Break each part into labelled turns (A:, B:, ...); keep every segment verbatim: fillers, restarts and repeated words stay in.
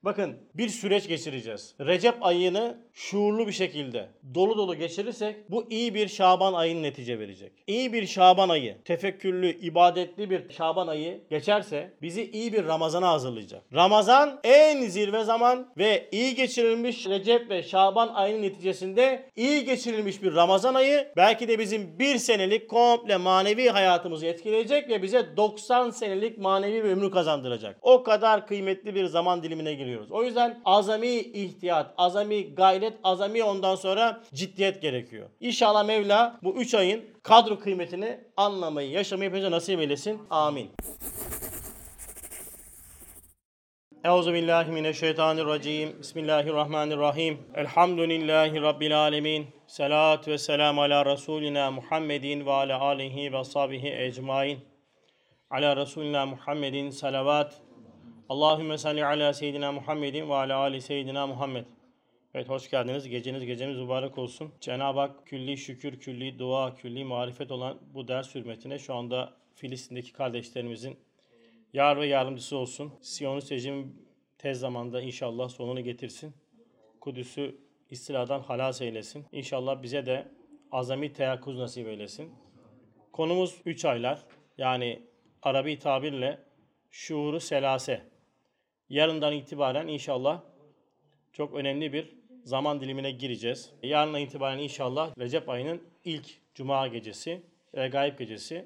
A: Bakın bir süreç geçireceğiz. Recep ayını şuurlu bir şekilde dolu dolu geçirirsek bu iyi bir Şaban ayının netice verecek. İyi bir Şaban ayı, tefekkürlü, ibadetli bir Şaban ayı geçerse bizi iyi bir Ramazan'a hazırlayacak. Ramazan en zirve zaman ve iyi geçirilmiş Recep ve Şaban ayının neticesinde iyi geçirilmiş bir Ramazan ayı belki de bizim bir senelik komple manevi hayatımızı etkileyecek ve bize doksan senelik manevi bir ömrü kazandıracak. O kadar kıymetli bir zaman dilimine giriyoruz. O yüzden azami ihtiyat, azami gayret, azami ondan sonra ciddiyet gerekiyor. İnşallah Mevla bu üç ayın kadro kıymetini anlamayı, yaşamayı hepimize nasip eylesin. Amin. Euzubillahimineşşeytanirracim. Bismillahirrahmanirrahim. Elhamdülillahi Rabbil alemin. Salatu ve selamu ala Resulina Muhammedin ve ala alihi ve ashabihi ecmain. Ala Resulina Muhammedin salavat. Allahümme salli ala seyyidina Muhammedin ve ala ali seyyidina Muhammed. Evet, hoş geldiniz. Geceniz gecemiz mübarek olsun. Cenab-ı Hak külli şükür, külli dua, külli marifet olan bu ders hürmetine şu anda Filistin'deki kardeşlerimizin yar ve yardımcısı olsun. Siyonist rejim tez zamanda inşallah sonunu getirsin. Kudüs'ü istiladan halas eylesin. İnşallah bize de azami teyakkuz nasip eylesin. Konumuz üç aylar. Yani Arabi tabirle şuuru selase. Yarından itibaren inşallah çok önemli bir zaman dilimine gireceğiz. Yarından itibaren inşallah Recep ayının ilk Cuma gecesi, Regaib gecesi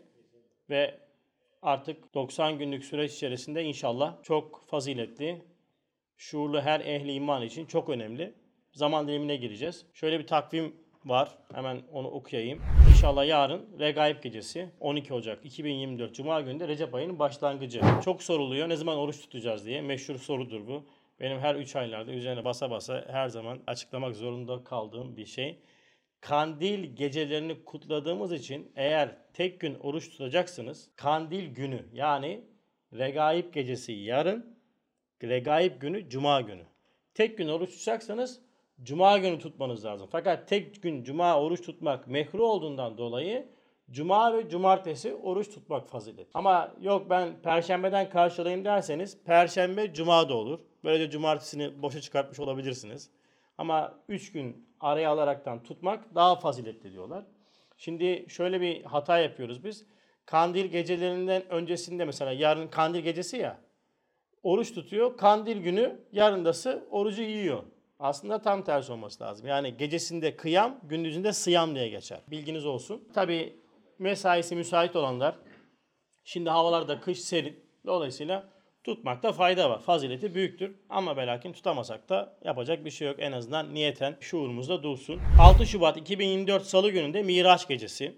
A: ve artık doksan günlük süreç içerisinde inşallah çok faziletli, şuurlu her ehli iman için çok önemli zaman dilimine gireceğiz. Şöyle bir takvim var. Hemen onu okuyayım. İnşallah yarın Regaib gecesi on iki Ocak iki bin yirmi dört Cuma günü Recep ayının başlangıcı. Çok soruluyor ne zaman oruç tutacağız diye. Meşhur sorudur bu. Benim her üç aylarda üzerine basa basa her zaman açıklamak zorunda kaldığım bir şey. Kandil gecelerini kutladığımız için eğer tek gün oruç tutacaksınız, kandil günü yani Regaib gecesi yarın, Regaib günü Cuma günü. Tek gün oruç tutacaksanız Cuma günü tutmanız lazım. Fakat tek gün Cuma oruç tutmak mekruh olduğundan dolayı Cuma ve Cumartesi oruç tutmak fazilet. Ama yok ben Perşembeden karşılayayım derseniz Perşembe Cuma da olur. Böylece Cumartesini boşa çıkartmış olabilirsiniz. Ama üç gün araya alaraktan tutmak daha faziletli diyorlar. Şimdi şöyle bir hata yapıyoruz biz. Kandil gecelerinden öncesinde mesela yarın kandil gecesi ya. Oruç tutuyor. Kandil günü yarındası orucu yiyor. Aslında tam tersi olması lazım. Yani gecesinde kıyam, gündüzünde sıyam diye geçer. Bilginiz olsun. Tabii mesaisi müsait olanlar, şimdi havalarda kış serin. Dolayısıyla tutmakta fayda var. Fazileti büyüktür. Ama ve lakin tutamasak da yapacak bir şey yok. En azından niyeten şuurumuzda dursun. altı Şubat iki bin yirmi dört Salı gününde Miraç gecesi.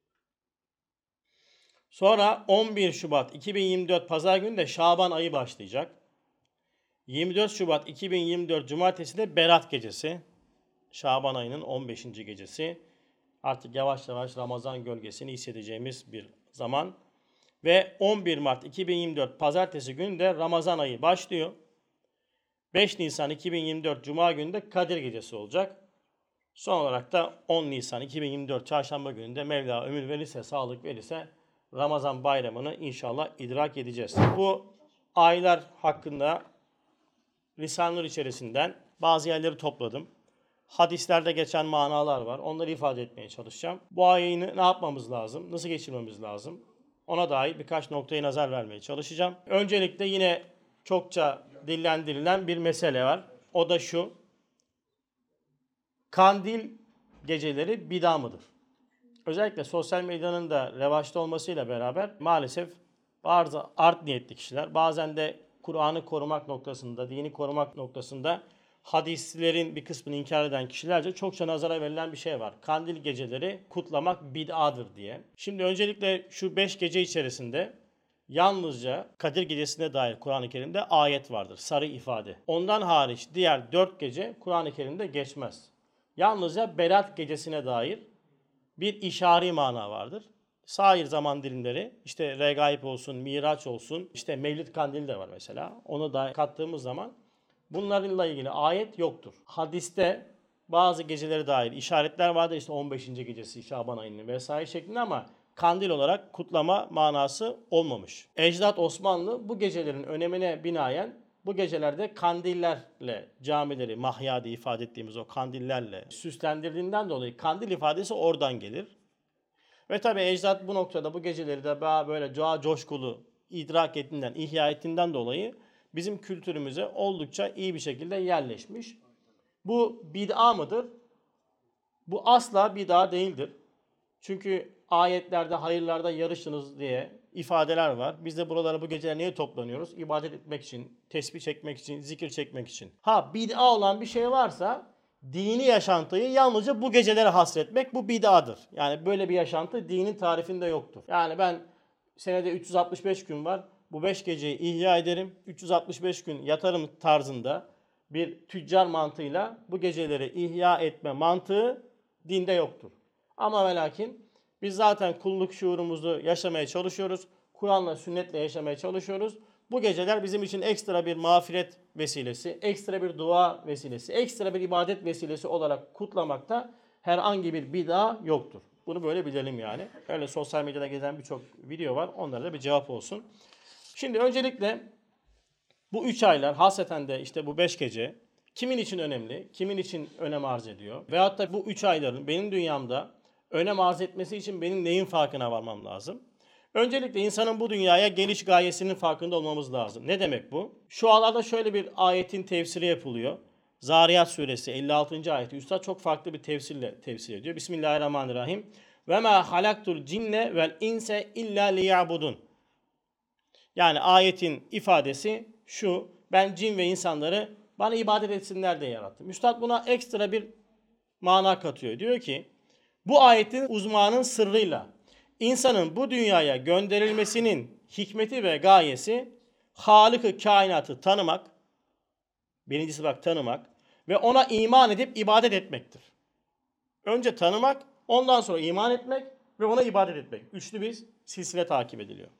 A: Sonra on bir Şubat iki bin yirmi dört Pazar günü de Şaban ayı başlayacak. yirmi dört Şubat iki bin yirmi dört Cumartesi de Berat gecesi. Şaban ayının on beşinci gecesi. Artık yavaş yavaş Ramazan gölgesini hissedeceğimiz bir zaman. Ve on bir Mart iki bin yirmi dört Pazartesi günü de Ramazan ayı başlıyor. beş Nisan iki bin yirmi dört Cuma günü de Kadir gecesi olacak. Son olarak da on Nisan iki bin yirmi dört Çarşamba günü de Mevla ömür verirse, sağlık verirse Ramazan bayramını inşallah idrak edeceğiz. Bu aylar hakkında Risale-i Nur içerisinden bazı yerleri topladım. Hadislerde geçen manalar var. Onları ifade etmeye çalışacağım. Bu ayını ne yapmamız lazım? Nasıl geçirmemiz lazım? Ona dair birkaç noktaya nazar vermeye çalışacağım. Öncelikle yine çokça dillendirilen bir mesele var. O da şu. Kandil geceleri bid'a mıdır? Özellikle sosyal medyanın da revaçta olmasıyla beraber maalesef bazı art niyetli kişiler, bazen de Kur'an'ı korumak noktasında, dini korumak noktasında hadislerin bir kısmını inkar eden kişilerce çokça nazara verilen bir şey var. Kandil geceleri kutlamak bid'adır diye. Şimdi öncelikle şu beş gece içerisinde yalnızca Kadir gecesine dair Kur'an-ı Kerim'de ayet vardır. Sarı ifade. Ondan hariç diğer dört gece Kur'an-ı Kerim'de geçmez. Yalnızca Berat gecesine dair bir işari mana vardır. Sair zaman dilimleri, işte Regaib olsun, Miraç olsun, işte Mevlid Kandili de var mesela. Onu da kattığımız zaman bunlarla ilgili ayet yoktur. Hadiste bazı geceleri dair işaretler vardır. İşte on beşinci gecesi Şaban ayının vesaire şeklinde ama kandil olarak kutlama manası olmamış. Ecdat Osmanlı bu gecelerin önemine binaen bu gecelerde kandillerle camileri, mahya diye ifade ettiğimiz o kandillerle süslendirdiğinden dolayı kandil ifadesi oradan gelir. Ve tabi ecdat bu noktada bu geceleri de daha böyle doğa coşkulu idrak ettiğinden, ihya ettiğinden dolayı bizim kültürümüze oldukça iyi bir şekilde yerleşmiş. Bu bid'a mıdır? Bu asla bid'a değildir. Çünkü ayetlerde, hayırlarda yarışınız diye ifadeler var. Biz de buralara bu geceler niye toplanıyoruz? İbadet etmek için, tesbih çekmek için, zikir çekmek için. Ha bid'a olan bir şey varsa dini yaşantıyı yalnızca bu gecelere hasretmek bu bid'adır. Yani böyle bir yaşantı dinin tarifinde yoktur. Yani ben senede üç yüz altmış beş gün var. Bu beş geceyi ihya ederim. üç yüz altmış beş gün yatarım tarzında bir tüccar mantığıyla bu geceleri ihya etme mantığı dinde yoktur. Ama ve lakin biz zaten kulluk şuurumuzu yaşamaya çalışıyoruz. Kur'an'la, sünnetle yaşamaya çalışıyoruz. Bu geceler bizim için ekstra bir mağfiret vesilesi, ekstra bir dua vesilesi, ekstra bir ibadet vesilesi olarak kutlamakta herhangi bir bid'a yoktur. Bunu böyle bilelim yani. Öyle sosyal medyada gezen birçok video var. Onlara da bir cevap olsun. Şimdi öncelikle bu üç aylar, hasreten de işte bu beş gece kimin için önemli, kimin için önem arz ediyor? Veyahut da bu üç ayların benim dünyamda önem arz etmesi için benim neyin farkına varmam lazım? Öncelikle insanın bu dünyaya geliş gayesinin farkında olmamız lazım. Ne demek bu? Şu anlarda şöyle bir ayetin tefsiri yapılıyor. Zariyat suresi elli altıncı ayeti. Üstad çok farklı bir tefsirle tefsir ediyor. Bismillahirrahmanirrahim. Ve ma halaktul cinne vel inse illa liya'budun. Yani ayetin ifadesi şu: ben cin ve insanları bana ibadet etsinler diye yarattım. Üstad buna ekstra bir mana katıyor. Diyor ki bu ayetin uzmanın sırrıyla insanın bu dünyaya gönderilmesinin hikmeti ve gayesi Halık-ı kainatı tanımak, birincisi bak tanımak ve ona iman edip ibadet etmektir. Önce tanımak, ondan sonra iman etmek ve ona ibadet etmek. Üçlü bir silsile takip ediliyor.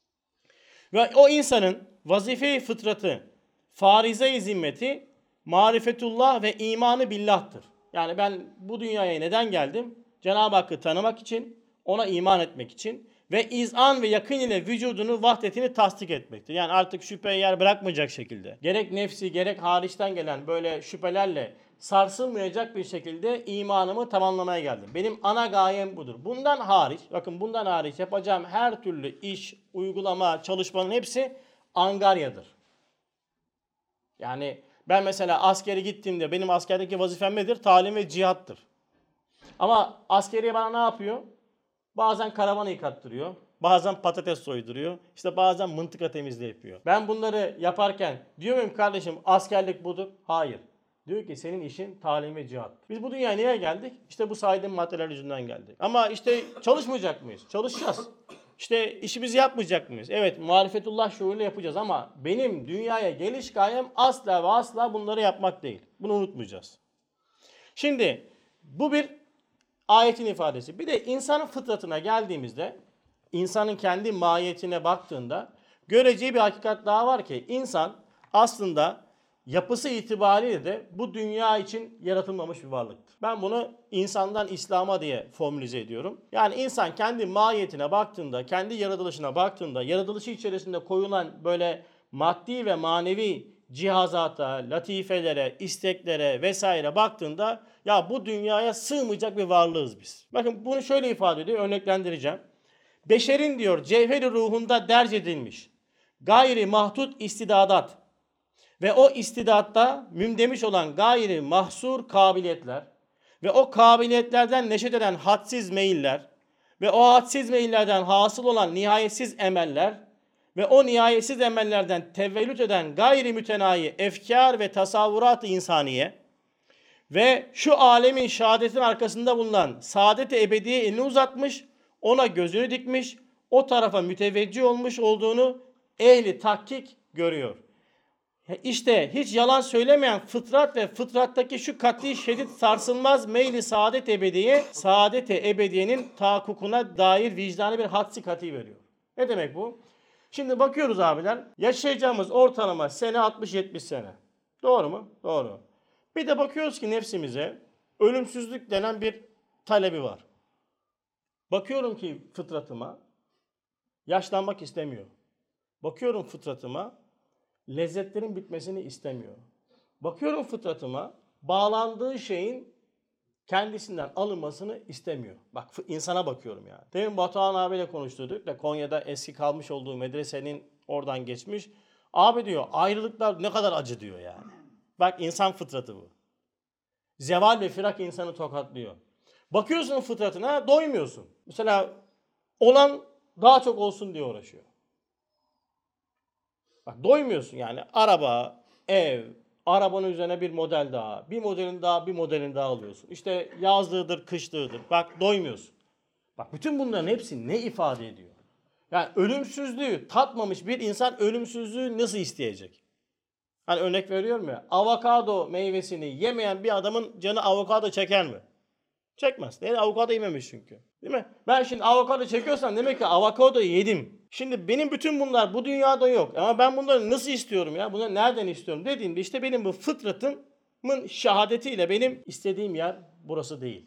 A: Ve o insanın vazife-i fıtratı, farize-i zimmeti, marifetullah ve imanı billah'tır. Yani ben bu dünyaya neden geldim? Cenab-ı Hakk'ı tanımak için, ona iman etmek için ve izan ve yakın ile vücudunu, vahdetini tasdik etmektir. Yani artık şüpheye yer bırakmayacak şekilde, gerek nefsi gerek hariçten gelen böyle şüphelerle sarsılmayacak bir şekilde imanımı tamamlamaya geldim. Benim ana gayem budur. Bundan hariç, bakın bundan hariç yapacağım her türlü iş, uygulama, çalışmanın hepsi angaryadır. Yani ben mesela askere gittiğimde benim askerdeki vazifem nedir? Talim ve cihattır. Ama askeriye bana ne yapıyor? Bazen karavanı yıkattırıyor. Bazen patates soyduruyor. İşte bazen mıntıka temizliği yapıyor. Ben bunları yaparken diyor muyum kardeşim askerlik budur? Hayır. Diyor ki senin işin talim ve cihat. Biz bu dünyaya niye geldik? İşte bu saydığım maddeler yüzünden geldik. Ama işte çalışmayacak mıyız? Çalışacağız. İşte işimizi yapmayacak mıyız? Evet, marifetullah şuuruyla yapacağız ama benim dünyaya geliş gayem asla ve asla bunları yapmak değil. Bunu unutmayacağız. Şimdi bu bir ayetin ifadesi. Bir de insanın fıtratına geldiğimizde, insanın kendi mahiyetine baktığında göreceği bir hakikat daha var ki insan aslında yapısı itibariyle de bu dünya için yaratılmamış bir varlıktır. Ben bunu insandan İslam'a diye formülize ediyorum. Yani insan kendi mahiyetine baktığında, kendi yaratılışına baktığında, yaratılışı içerisinde koyulan böyle maddi ve manevi cihazata, latifelere, isteklere vesaire baktığında ya bu dünyaya sığmayacak bir varlığız biz. Bakın bunu şöyle ifade ediyor, örneklendireceğim. Beşerin diyor cevheri ruhunda derc edilmiş gayri mahdut istidadat ve o istidatta mündemiş olan gayri mahsur kabiliyetler ve o kabiliyetlerden neşet eden hadsiz meyiller ve o hadsiz meyillerden hasıl olan nihayetsiz emeller ve o nihayetsiz emellerden tevellüt eden gayri mütenayi efkar ve tasavvurat-ı insaniye ve şu alemin şehadetin arkasında bulunan saadet-i ebediye elini uzatmış, ona gözünü dikmiş, o tarafa müteveccih olmuş olduğunu ehli tahkik görüyor. İşte hiç yalan söylemeyen fıtrat ve fıtrattaki şu kat'i şiddet sarsılmaz meyli saadet ebediye, saadet-i ebediyenin tahakkukuna dair vicdanı bir hadsi kat'i veriyor. Ne demek bu? Şimdi bakıyoruz abiler, yaşayacağımız ortalama sene altmış yetmiş sene. Doğru mu? Doğru. Bir de bakıyoruz ki nefsimize ölümsüzlük denen bir talebi var. Bakıyorum ki fıtratıma yaşlanmak istemiyor. Bakıyorum fıtratıma lezzetlerin bitmesini istemiyor. Bakıyorum fıtratıma, bağlandığı şeyin kendisinden alınmasını istemiyor. Bak insana bakıyorum yani. Demin Batuhan abiyle konuşturduk da Konya'da eski kalmış olduğu medresenin oradan geçmiş. Abi diyor ayrılıklar ne kadar acı diyor yani. Bak insan fıtratı bu. Zeval ve firak insanı tokatlıyor. Bakıyorsun fıtratına doymuyorsun. Mesela olan daha çok olsun diye uğraşıyor. Bak doymuyorsun yani araba, ev, arabanın üzerine bir model daha, bir modelin daha, bir modelin daha alıyorsun. İşte yazlığıdır, kışlığıdır. Bak doymuyorsun. Bak bütün bunların hepsi ne ifade ediyor? Yani ölümsüzlüğü tatmamış bir insan ölümsüzlüğü nasıl isteyecek? Hani örnek veriyorum ya, avokado meyvesini yemeyen bir adamın canı avokado çeker mi? Çekmez. Neden? Avokado yememiş çünkü. Değil mi? Ben şimdi avokado çekiyorsam demek ki avokado yedim. Şimdi benim bütün bunlar bu dünyada yok. Ama ben bunları nasıl istiyorum ya? Bunları nereden istiyorum dediğimde işte benim bu fıtratımın şehadetiyle benim istediğim yer burası değil.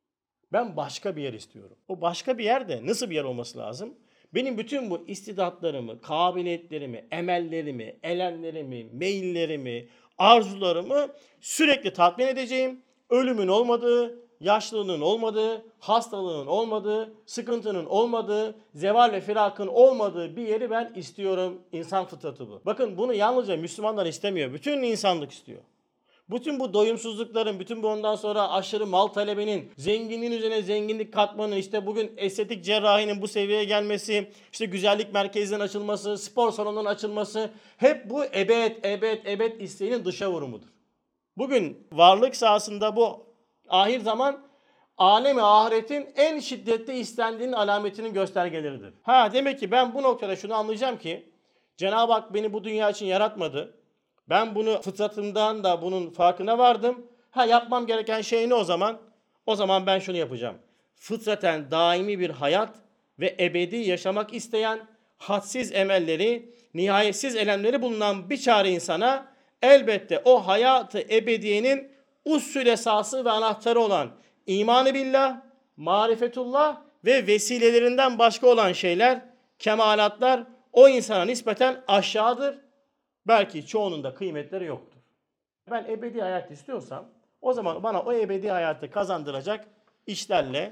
A: Ben başka bir yer istiyorum. O başka bir yer de nasıl bir yer olması lazım? Benim bütün bu istidatlarımı, kabiliyetlerimi, emellerimi, elemlerimi, meyillerimi, arzularımı sürekli tatmin edeceğim. Ölümün olmadığı, yaşlılığının olmadığı, hastalığın olmadığı, sıkıntının olmadığı, zeval ve firakın olmadığı bir yeri ben istiyorum. İnsan fıtratı bu. Bakın bunu yalnızca Müslümanlar istemiyor. Bütün insanlık istiyor. Bütün bu doyumsuzlukların, bütün bu ondan sonra aşırı mal talebinin, zenginliğin üzerine zenginlik katmanın, işte bugün estetik cerrahinin bu seviyeye gelmesi, işte güzellik merkezlerinin açılması, spor salonlarının açılması, hep bu ebed, ebed, ebed isteğinin dışa vurumudur. Bugün varlık sahasında bu ahir zaman alem-i ahiretin en şiddetli istendiğinin alametinin göstergeleridir. Ha demek ki ben bu noktada şunu anlayacağım ki Cenab-ı Hak beni bu dünya için yaratmadı. Ben bunu fıtratımdan da bunun farkına vardım. Ha yapmam gereken şey ne o zaman? O zaman ben şunu yapacağım. Fıtraten daimi bir hayat ve ebedi yaşamak isteyen, hadsiz emelleri, nihayetsiz elemleri bulunan bir çare insana elbette o hayatı ebediyenin usul esası ve anahtarı olan iman-ı billah, marifetullah ve vesilelerinden başka olan şeyler, kemalatlar o insana nispeten aşağıdır. Belki çoğunun da kıymetleri yoktur. Ben ebedi hayat istiyorsam o zaman bana o ebedi hayatı kazandıracak işlerle,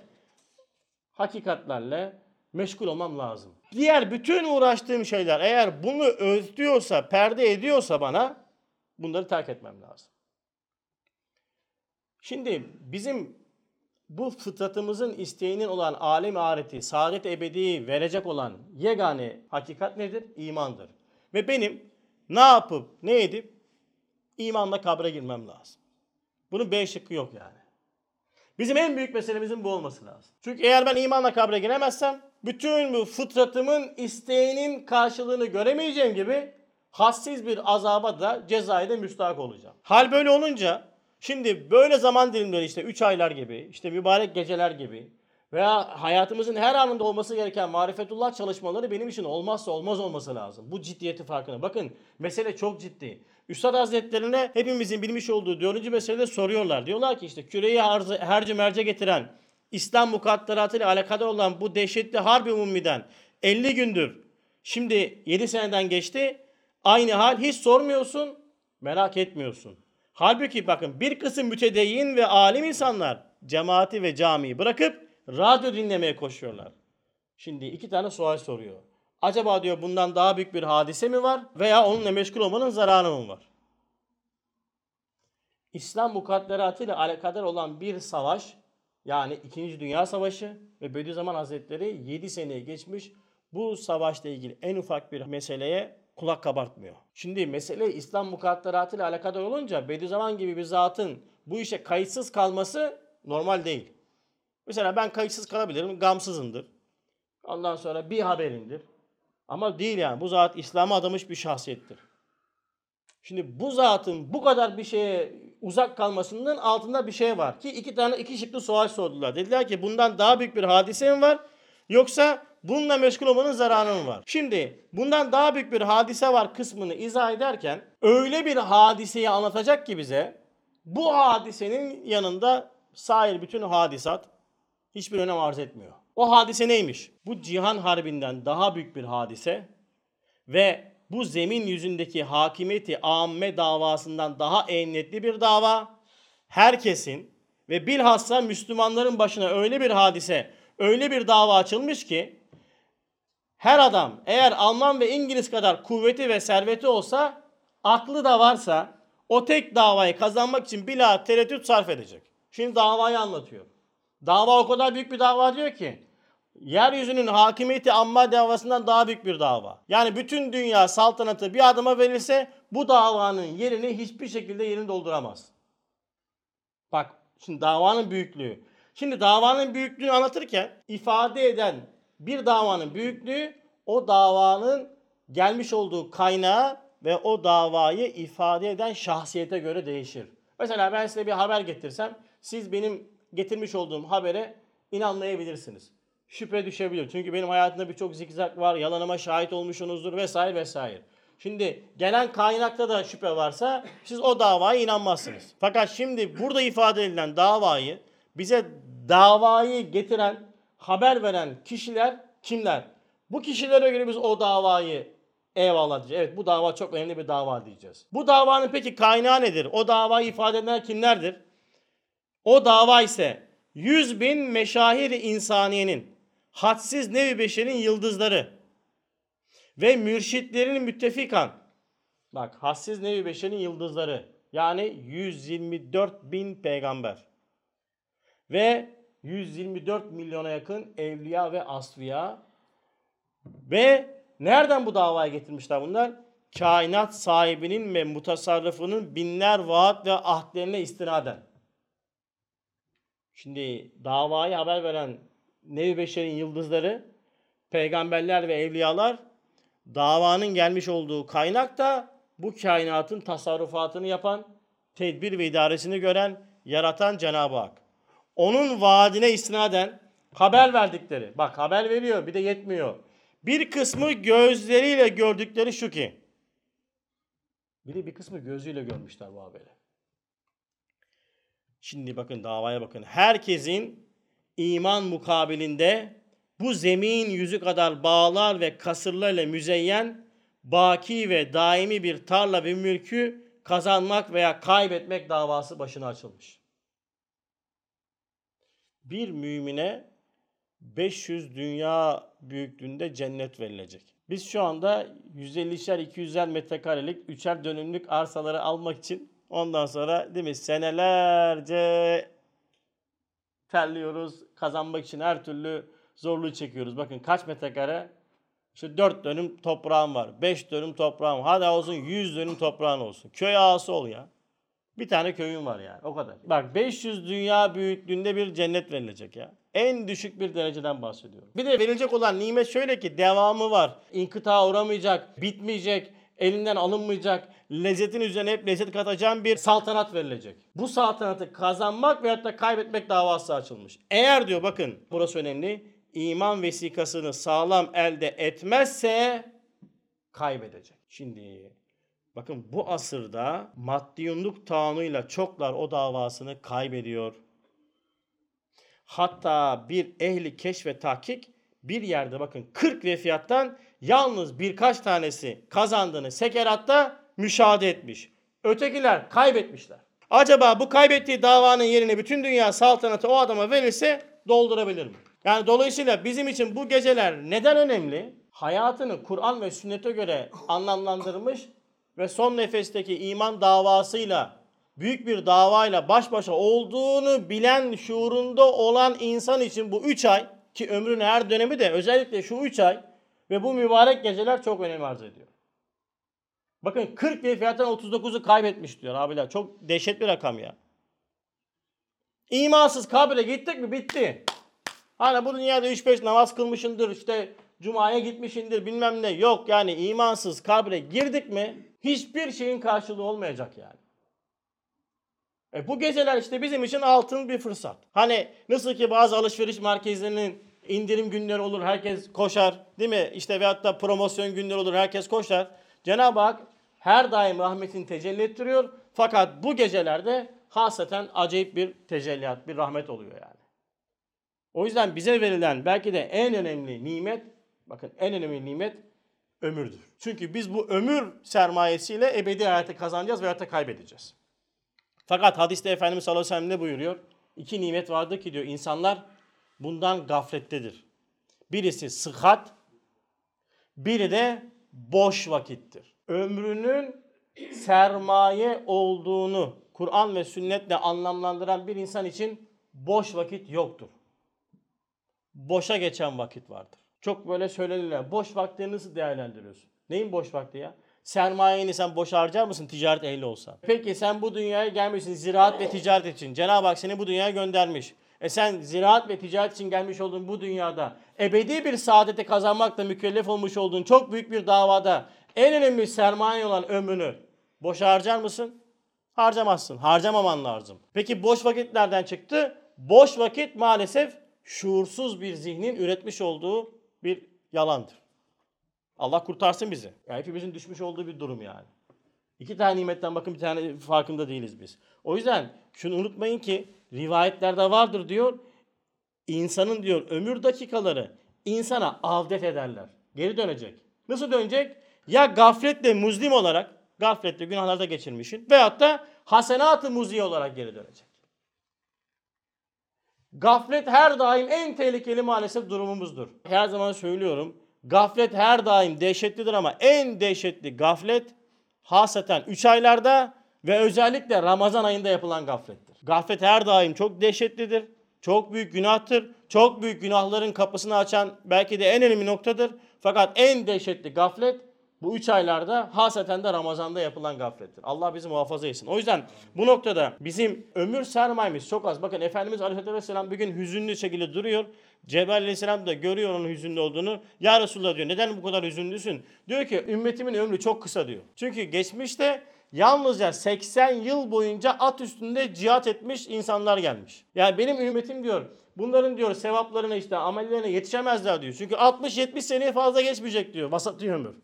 A: hakikatlerle meşgul olmam lazım. Diğer bütün uğraştığım şeyler eğer bunu özlüyorsa, perde ediyorsa bana bunları terk etmem lazım. Şimdi bizim bu fıtratımızın isteğinin olan alem-i ahireti, saadet ebediyi verecek olan yegane hakikat nedir? İmandır. Ve benim ne yapıp ne edip imanla kabre girmem lazım. Bunun B şıkkı yok yani. Bizim en büyük meselemizin bu olması lazım. Çünkü eğer ben imanla kabre giremezsem bütün bu fıtratımın isteğinin karşılığını göremeyeceğim gibi hassiz bir azaba da cezaya da müstahak olacağım. Hal böyle olunca şimdi böyle zaman dilimleri işte üç aylar gibi, işte mübarek geceler gibi veya hayatımızın her anında olması gereken marifetullah çalışmaları benim için olmazsa olmaz olması lazım. Bu ciddiyeti farkına. Bakın mesele çok ciddi. Üstad Hazretlerine hepimizin bilmiş olduğu dördüncü meselede soruyorlar. Diyorlar ki işte küreyi herci merce getiren İslam mukadderatı ile alakadar olan bu dehşetli harbi umumiden elli gündür. Şimdi yedi seneden geçti. Aynı hal hiç sormuyorsun, merak etmiyorsun. Halbuki bakın bir kısım mütedeyyin ve alim insanlar cemaati ve camiyi bırakıp radyo dinlemeye koşuyorlar. Şimdi iki tane sual soruyor. Acaba diyor bundan daha büyük bir hadise mi var veya onunla meşgul olmanın zararı mı var? İslam mukadderatı ile alakadar olan bir savaş, yani İkinci Dünya Savaşı ve Bediüzzaman Hazretleri yedi seneye geçmiş bu savaşla ilgili en ufak bir meseleye kulak kabartmıyor. Şimdi mesele İslam mukadderatı ile alakadar olunca Bediüzzaman gibi bir zatın bu işe kayıtsız kalması normal değil. Mesela ben kayıtsız kalabilirim, gamsızımdır. Ondan sonra bir haberimdir. Ama değil yani. Bu zat İslam'a adamış bir şahsiyettir. Şimdi bu zatın bu kadar bir şeye uzak kalmasının altında bir şey var. Ki iki tane iki şıklı sual sordular. Dediler ki bundan daha büyük bir hadise mi var? Yoksa bununla meşgul olmanın zararı mı var? Şimdi bundan daha büyük bir hadise var kısmını izah ederken öyle bir hadiseyi anlatacak ki bize bu hadisenin yanında sair bütün hadisat hiçbir önem arz etmiyor. O hadise neymiş? Bu cihan harbinden daha büyük bir hadise ve bu zemin yüzündeki hakimiyeti amme davasından daha emniyetli bir dava. Herkesin ve bilhassa Müslümanların başına öyle bir hadise, öyle bir dava açılmış ki her adam eğer Alman ve İngiliz kadar kuvveti ve serveti olsa, aklı da varsa o tek davayı kazanmak için bila tereddüt sarf edecek. Şimdi davayı anlatıyor. Dava o kadar büyük bir dava diyor ki, yeryüzünün hakimiyeti amma davasından daha büyük bir dava. Yani bütün dünya saltanatı bir adama verilse bu davanın yerini hiçbir şekilde yerini dolduramaz. Bak şimdi davanın büyüklüğü. Şimdi davanın büyüklüğünü anlatırken ifade eden bir davanın büyüklüğü o davanın gelmiş olduğu kaynağı ve o davayı ifade eden şahsiyete göre değişir. Mesela ben size bir haber getirsem siz benim getirmiş olduğum habere inanmayabilirsiniz. Şüphe düşebilir. Çünkü benim hayatımda birçok zikzak var, yalanıma şahit olmuşsunuzdur vesaire vesaire. Şimdi gelen kaynakta da şüphe varsa siz o davaya inanmazsınız. Fakat şimdi burada ifade edilen davayı bize davayı getiren, haber veren kişiler kimler? Bu kişilere göre biz o davayı eyvallah diyeceğiz. Evet bu dava çok önemli bir dava diyeceğiz. Bu davanın peki kaynağı nedir? O davayı ifade edenler kimlerdir? O dava ise yüz bin meşahir-i insaniyenin, hadsiz nevi beşerin yıldızları ve mürşitlerin müttefikan, bak hadsiz nevi beşerin yıldızları yani yüz yirmi dört bin peygamber ve yüz yirmi dört milyona yakın evliya ve asfiya ve nereden bu davaya getirmişler bunlar? Kainat sahibinin ve mutasarrıfının binler vaat ve ahdlerine istinaden. Şimdi davayı haber veren nevi beşerin yıldızları, peygamberler ve evliyalar, davanın gelmiş olduğu kaynak da bu kainatın tasarrufatını yapan, tedbir ve idaresini gören, yaratan Cenab-ı Hak. Onun vaadine istinaden haber verdikleri, bak haber veriyor bir de yetmiyor. Bir kısmı gözleriyle gördükleri şu ki, bir de bir kısmı gözüyle görmüşler bu haberi. Şimdi bakın davaya bakın. Herkesin iman mukabilinde bu zemin yüzü kadar bağlar ve kasırlarla müzeyyen, baki ve daimi bir tarla ve mülkü kazanmak veya kaybetmek davası başına açılmış. Bir mümine beş yüz dünya büyüklüğünde cennet verilecek. Biz şu anda yüz ellişer iki yüzer metrekarelik üçer dönümlük arsaları almak için ondan sonra değil mi senelerce terliyoruz. Kazanmak için her türlü zorluğu çekiyoruz. Bakın kaç metrekare? İşte dört dönüm toprağım var. beş dönüm toprağım var. Hadi olsun yüz dönüm toprağın olsun. Köy ağası ol ya. Bir tane köyün var yani. O kadar. Bak beş yüz dünya büyüklüğünde bir cennet verilecek ya. En düşük bir dereceden bahsediyorum. Bir de verilecek olan nimet şöyle ki devamı var. İnkıta uğramayacak, bitmeyecek, elinden alınmayacak, lezzetin üzerine hep lezzet katacağım bir saltanat verilecek. Bu saltanatı kazanmak veyahut da kaybetmek davası açılmış. Eğer diyor bakın burası önemli. İman vesikasını sağlam elde etmezse kaybedecek. Şimdi bakın bu asırda maddiyunluk taanuyla çoklar o davasını kaybediyor. Hatta bir ehli keşf ve tahkik bir yerde bakın kırk vefiyattan yalnız birkaç tanesi kazandığını sekeratta müşahede etmiş. Ötekiler kaybetmişler. Acaba bu kaybettiği davanın yerine bütün dünya saltanatı o adama verirse doldurabilir mi? Yani dolayısıyla bizim için bu geceler neden önemli? Hayatını Kur'an ve sünnete göre anlamlandırmış ve son nefesteki iman davasıyla, büyük bir davayla baş başa olduğunu bilen şuurunda olan insan için bu üç ay, ki ömrün her dönemi de özellikle şu üç ay ve bu mübarek geceler çok önem arz ediyor. Bakın kırk vefiyattan otuz dokuzu kaybetmiş diyor abiler. Çok dehşet bir rakam ya. İmansız kabre gittik mi bitti. Hani bu dünyada üç beş namaz kılmışındır, işte Cuma'ya gitmişindir bilmem ne. Yok yani imansız kabre girdik mi hiçbir şeyin karşılığı olmayacak yani. E bu geceler işte bizim için altın bir fırsat. Hani nasıl ki bazı alışveriş merkezlerinin indirim günleri olur, herkes koşar değil mi? İşte veyahut da promosyon günleri olur, herkes koşar. Cenab-ı Hak her daim rahmetini tecelli ettiriyor. Fakat bu gecelerde hasreten acayip bir tecelliyat, bir rahmet oluyor yani. O yüzden bize verilen belki de en önemli nimet, bakın en önemli nimet ömürdür. Çünkü biz bu ömür sermayesiyle ebedi hayatı kazanacağız ve hayatı kaybedeceğiz. Fakat hadiste Efendimiz sallallahu aleyhi ve sellem ne buyuruyor? İki nimet vardır ki diyor insanlar bundan gaflettedir. Birisi sıhhat, biri de boş vakittir. Ömrünün sermaye olduğunu Kur'an ve sünnetle anlamlandıran bir insan için boş vakit yoktur. Boşa geçen vakit vardır. Çok böyle söylenirler. Boş vaktini nasıl değerlendiriyorsun? Neyin boş vakti ya? Sermayeni sen boş harcar mısın ticaret ehli olsan? Peki sen bu dünyaya gelmişsin ziraat ve ticaret için. Cenab-ı Hak seni bu dünyaya göndermiş. E sen ziraat ve ticaret için gelmiş olduğun bu dünyada ebedi bir saadeti kazanmakla mükellef olmuş olduğun çok büyük bir davada en önemli sermaye olan ömrünü boş harcar mısın? Harcamazsın. Harcamaman lazım. Peki boş vakit nereden çıktı? Boş vakit maalesef şuursuz bir zihnin üretmiş olduğu bir yalandır. Allah kurtarsın bizi. Yani hepimizin düşmüş olduğu bir durum yani. İki tane nimetten bakın bir tane farkında değiliz biz. O yüzden şunu unutmayın ki rivayetlerde vardır diyor. İnsanın diyor ömür dakikaları insana avdet ederler. Geri dönecek. Nasıl dönecek? Ya gafletle muzlim olarak, gafletle günahlarda geçirmişsin veyahut da hasenat-ı muziye olarak geri dönecek. Gaflet her daim en tehlikeli maalesef durumumuzdur. Her zaman söylüyorum. Gaflet her daim dehşetlidir ama en dehşetli gaflet haseten üç aylarda ve özellikle Ramazan ayında yapılan gaflettir. Gaflet her daim çok dehşetlidir. Çok büyük günahtır. Çok büyük günahların kapısını açan belki de en önemli noktadır. Fakat en dehşetli gaflet bu üç aylarda haseten de Ramazan'da yapılan gaflettir. Allah bizi muhafaza etsin. O yüzden bu noktada bizim ömür sermayemiz çok az. Bakın Efendimiz Aleyhisselatü Vesselam bir gün hüzünlü şekilde duruyor. Cebrail Aleyhisselam da görüyor onun hüzünlü olduğunu. Ya Resulullah diyor neden bu kadar hüzünlüsün? Diyor ki ümmetimin ömrü çok kısa diyor. Çünkü geçmişte yalnızca seksen yıl boyunca at üstünde cihat etmiş insanlar gelmiş. Yani benim ümmetim diyor bunların diyor sevaplarına işte amellerine yetişemezler diyor. Çünkü altmış yetmiş seneye fazla geçmeyecek diyor vasat ömür.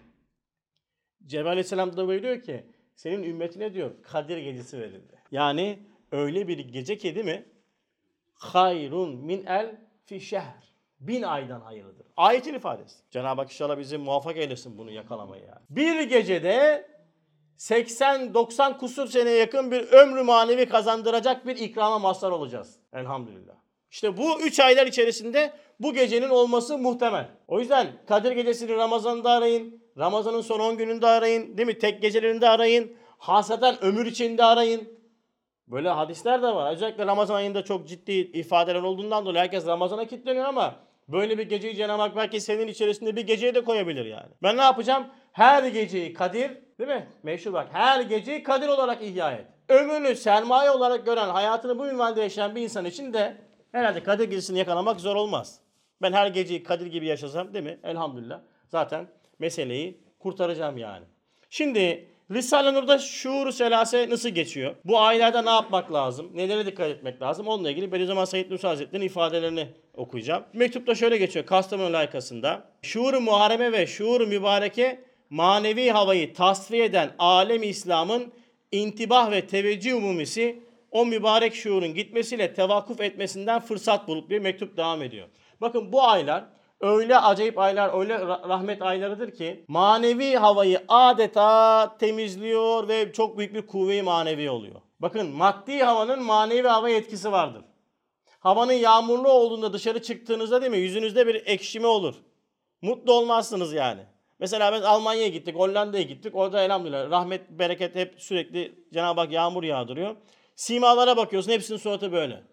A: Cebrail Aleyhisselam da buyuruyor ki senin ümmetine diyor Kadir gecesi verildi. Yani öyle bir gece ki değil mi? Hayrun min el fi şehr. Bin aydan hayırlıdır. Ayetin ifadesi. Cenab-ı Hak inşallah bizi muvaffak eylesin bunu yakalamayı yani. Bir gecede seksen doksan kusur seneye yakın bir ömrü manevi kazandıracak bir ikrama mazhar olacağız. Elhamdülillah. İşte bu üç aylar içerisinde bu gecenin olması muhtemel. O yüzden Kadir gecesini Ramazan'da arayın. Ramazan'ın son on gününde arayın. Değil mi? Tek gecelerinde arayın. Hasreten ömür içinde arayın. Böyle hadisler de var. Özellikle Ramazan ayında çok ciddi ifadeler olduğundan dolayı herkes Ramazan'a kilitleniyor ama böyle bir geceyi Cenab-ı Hak belki senin içerisinde bir geceyi de koyabilir yani. Ben ne yapacağım? Her geceyi Kadir, değil mi? Meşhur bak. Her geceyi Kadir olarak ihya et. Ömrünü sermaye olarak gören, hayatını bu minvalde yaşayan bir insan için de herhalde Kadir gecesini yakalamak zor olmaz. Ben her geceyi Kadir gibi yaşasam değil mi? Elhamdülillah. Zaten meseleyi kurtaracağım yani. Şimdi Risale-i Nur'da şuur-u selase nasıl geçiyor? Bu aylarda ne yapmak lazım? Nelere dikkat etmek lazım? Onunla ilgili Bediüzzaman Said Nursi Hazretleri'nin ifadelerini okuyacağım. Mektupta şöyle geçiyor Kastamonu layıkasında. Şuur-u muhareme ve şuur-u mübareke manevi havayı tasfiye eden alem-i İslam'ın intibah ve teveccüh umumisi o mübarek şuurun gitmesiyle tevakkuf etmesinden fırsat bulup bir mektup devam ediyor. Bakın bu aylar öyle acayip aylar, öyle rahmet aylarıdır ki manevi havayı adeta temizliyor ve çok büyük bir kuvve-i manevi oluyor. Bakın maddi havanın manevi havaya etkisi vardır. Havanın yağmurlu olduğunda dışarı çıktığınızda değil mi yüzünüzde bir ekşime olur. Mutlu olmazsınız yani. Mesela biz Almanya'ya gittik, Hollanda'ya gittik. Orada elhamdülillah rahmet, bereket hep sürekli Cenab-ı Hak yağmur yağdırıyor. Simalara bakıyorsun hepsinin suratı böyle.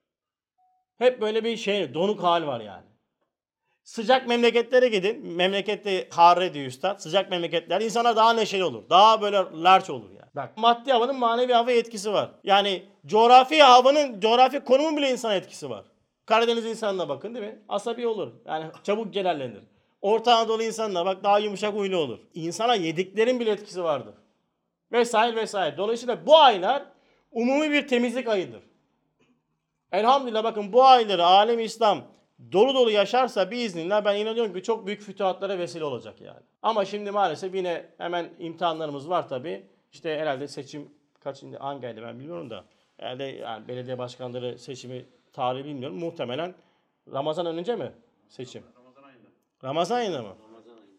A: Hep böyle bir şey, donuk hal var yani. Sıcak memleketlere gidin. Memlekette harre diyor üstad. Sıcak memleketler insana daha neşeli olur. Daha böyle larç olur yani. Bak maddi havanın manevi hava etkisi var. Yani coğrafi havanın, coğrafi konumun bile insana etkisi var. Karadeniz insanına bakın değil mi? Asabi olur. Yani çabuk celallenir. Orta Anadolu insanına bak daha yumuşak huylu olur. İnsana yediklerin bile etkisi vardır. Vesaire vesaire. Dolayısıyla bu aylar umumi bir temizlik ayıdır. Elhamdülillah bakın bu ayları alem-i İslam dolu dolu yaşarsa biiznillah ben inanıyorum ki çok büyük fütuhatlara vesile olacak yani. Ama şimdi maalesef yine hemen imtihanlarımız var tabii. İşte herhalde seçim kaçıncı hangi ayda ben bilmiyorum da. Herhalde yani belediye başkanları seçimi tarihi bilmiyorum. Muhtemelen Ramazan önce mi seçim?
B: Ramazan ayında.
A: Ramazan ayında mı?
B: Ramazan ayında.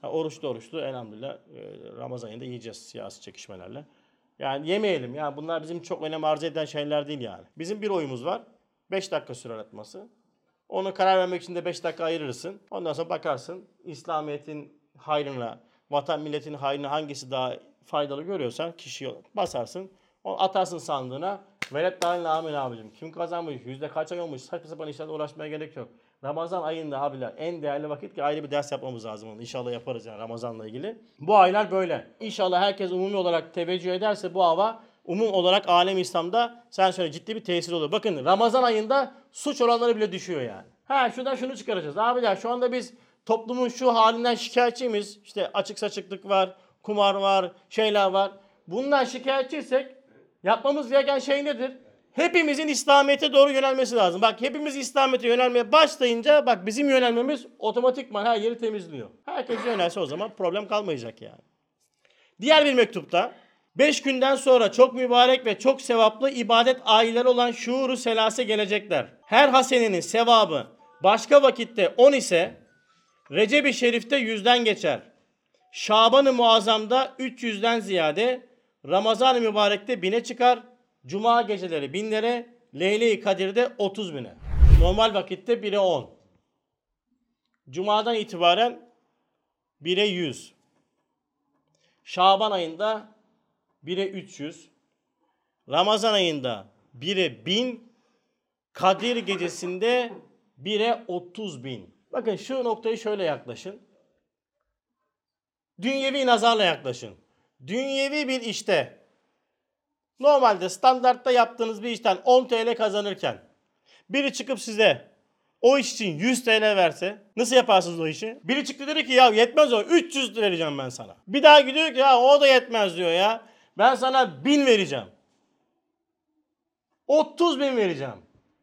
A: Ha, oruçlu oruçlu elhamdülillah e, Ramazan ayında yiyeceğiz siyasi çekişmelerle. Yani yemeyelim. Yani bunlar bizim çok önem arz eden şeyler değil yani. Bizim bir oyumuz var. beş dakika sürer atması. Onu karar vermek için de beş dakika ayırırsın. Ondan sonra bakarsın İslamiyet'in hayrına, vatan milletin hayrına hangisi daha faydalı görüyorsan kişiyi basarsın. Onu atarsın sandığına. Velet dâhil amin abicim. Kim kazanmış? Yüzde kaç ay olmuş? Saçma sapan işlerle uğraşmaya gerek yok. Ramazan ayında abiler en değerli vakit ki ayrı bir ders yapmamız lazım onu. İnşallah yaparız yani Ramazan'la ilgili. Bu aylar böyle. İnşallah herkes umumi olarak teveccüh ederse bu hava umum olarak alem İslam'da sen söyle ciddi bir tesir olur. Bakın Ramazan ayında suç oranları bile düşüyor yani. Ha şuradan şunu çıkaracağız. Abiler şu anda biz toplumun şu halinden şikayetçiyiz. İşte açık saçıklık var, kumar var, şeyler var. Bundan şikayetçiysek yapmamız gereken şey nedir? Hepimizin İslamiyet'e doğru yönelmesi lazım. Bak hepimiz İslamiyet'e yönelmeye başlayınca bak bizim yönelmemiz otomatikman her yeri temizliyor. Herkes yönelse o zaman problem kalmayacak yani. Diğer bir mektupta beş günden sonra çok mübarek ve çok sevaplı ibadet ayları olan şuuru selase gelecekler. Her hasenenin sevabı başka vakitte on ise Recep-i Şerif'te yüzden geçer. Şaban-ı Muazzam'da üç yüzden ziyade, Ramazan-ı Mübarek'te bine çıkar. Cuma geceleri binlere, Leyle-i Kadir'de otuz bine. Normal vakitte bire on. Cuma'dan itibaren bire yüz. Şaban ayında bire üç yüz. Ramazan ayında bire bin. Kadir gecesinde bire otuz bin. Bakın şu noktayı şöyle yaklaşın. Dünyevi nazarla yaklaşın. Dünyevi bir işte normalde standartta yaptığınız bir işten on TL kazanırken biri çıkıp size o iş için yüz TL verse nasıl yaparsınız o işi? Biri çıktı dedi ki ya yetmez o üç yüz vereceğim ben sana. Bir daha gidiyor ki ya o da yetmez diyor ya. Ben sana bin vereceğim. otuz bin vereceğim.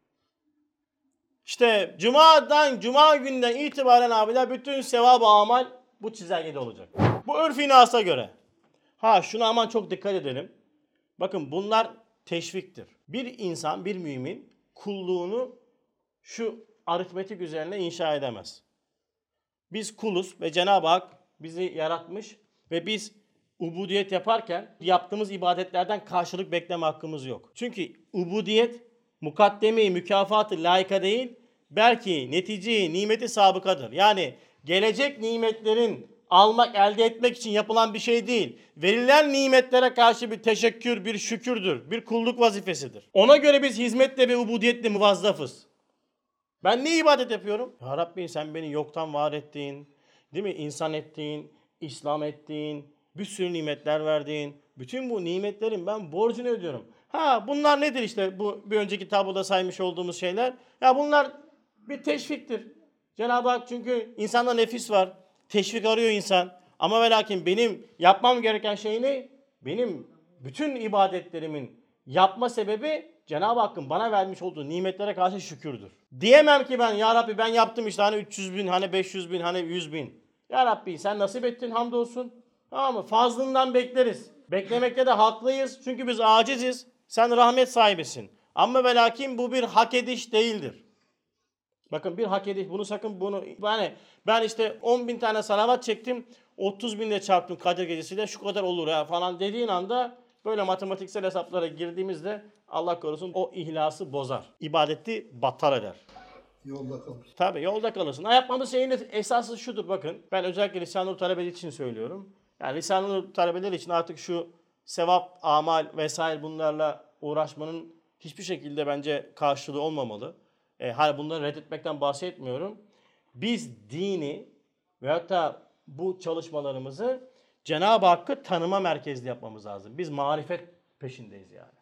A: İşte Cuma'dan, Cuma günden itibaren abiler bütün sevap-ı amal bu çizelgede olacak. Bu örf-i nasa göre. Ha şuna aman çok dikkat edelim. Bakın bunlar teşviktir. Bir insan, bir mümin kulluğunu şu aritmetik üzerine inşa edemez. Biz kuluz ve Cenab-ı Hak bizi yaratmış ve biz ubudiyet yaparken yaptığımız ibadetlerden karşılık bekleme hakkımız yok. Çünkü ubudiyet mukaddeme-i mükafatı layıka değil, belki netice-i nimeti sabıkadır. Yani gelecek nimetlerin almak, elde etmek için yapılan bir şey değil. Verilen nimetlere karşı bir teşekkür, bir şükürdür, bir kulluk vazifesidir. Ona göre biz hizmetle ve ubudiyetle muvazzafız. Ben ne ibadet yapıyorum? Ya Rabbi sen beni yoktan var ettin, değil mi? İnsan ettin, İslam ettin, bir sürü nimetler verdin. Bütün bu nimetlerin ben borcunu ödüyorum. Ha bunlar nedir işte bu bir önceki tabloda saymış olduğumuz şeyler? Ya bunlar bir teşviktir. Cenab-ı Hak çünkü insanda nefis var. Teşvik arıyor insan. Ama ve lakin benim yapmam gereken şey ne? Benim bütün ibadetlerimin yapma sebebi Cenab-ı Hakk'ın bana vermiş olduğu nimetlere karşı şükürdür. Diyemem ki ben ya Rabbi ben yaptım işte hani üç yüz bin, hani beş yüz bin, hani yüz bin. Ya Rabbi sen nasip ettin hamdolsun. Tamam mı? Fazlından bekleriz. Beklemekte de haklıyız. Çünkü biz aciziz. Sen rahmet sahibisin. Ama ve lakin bu bir hak ediş değildir. Bakın bir hak ediş. Bunu sakın bunu yani ben işte on bin tane salavat çektim. otuz binle çarptım Kadir gecesiyle şu kadar olur ya falan dediğin anda böyle matematiksel hesaplara girdiğimizde Allah korusun o ihlası bozar. İbadeti battal eder.
B: Yolda kalırsın.
A: Tabii yolda kalırsın. Yapmamız şeyin esası şudur bakın. Ben özellikle Lisan-ı Nur talebeleri için söylüyorum. Yani Lisan-ı Nur talebeleri için artık şu sevap, amal vesaire bunlarla uğraşmanın hiçbir şekilde bence karşılığı olmamalı. E, hani bunları reddetmekten bahsetmiyorum. Biz dini veyahut da bu çalışmalarımızı Cenab-ı Hakk'ı tanıma merkezli yapmamız lazım. Biz marifet peşindeyiz yani.